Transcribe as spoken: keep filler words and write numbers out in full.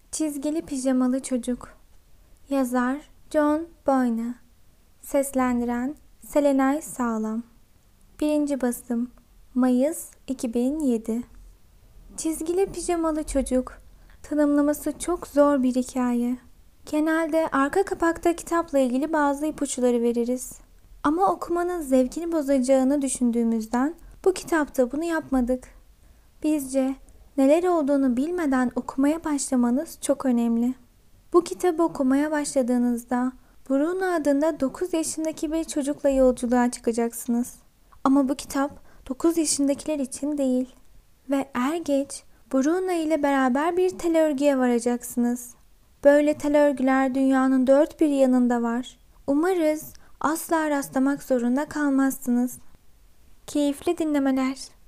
Çizgili Pijamalı Çocuk. Yazar John Boyne. Seslendiren Selenay Sağlam. Birinci basım Mayıs iki bin yedi. Çizgili Pijamalı Çocuk. Tanımlaması çok zor bir hikaye. Genelde arka kapakta kitapla ilgili bazı ipuçları veririz. Ama okumanın zevkini bozacağını düşündüğümüzden bu kitapta bunu yapmadık. Bizce neler olduğunu bilmeden okumaya başlamanız çok önemli. Bu kitabı okumaya başladığınızda Bruno adında dokuz yaşındaki bir çocukla yolculuğa çıkacaksınız. Ama bu kitap dokuz yaşındakiler için değil. Ve er geç Bruno ile beraber bir tel örgüye varacaksınız. Böyle tel örgüler dünyanın dört bir yanında var. Umarız asla rastlamak zorunda kalmazsınız. Keyifli dinlemeler.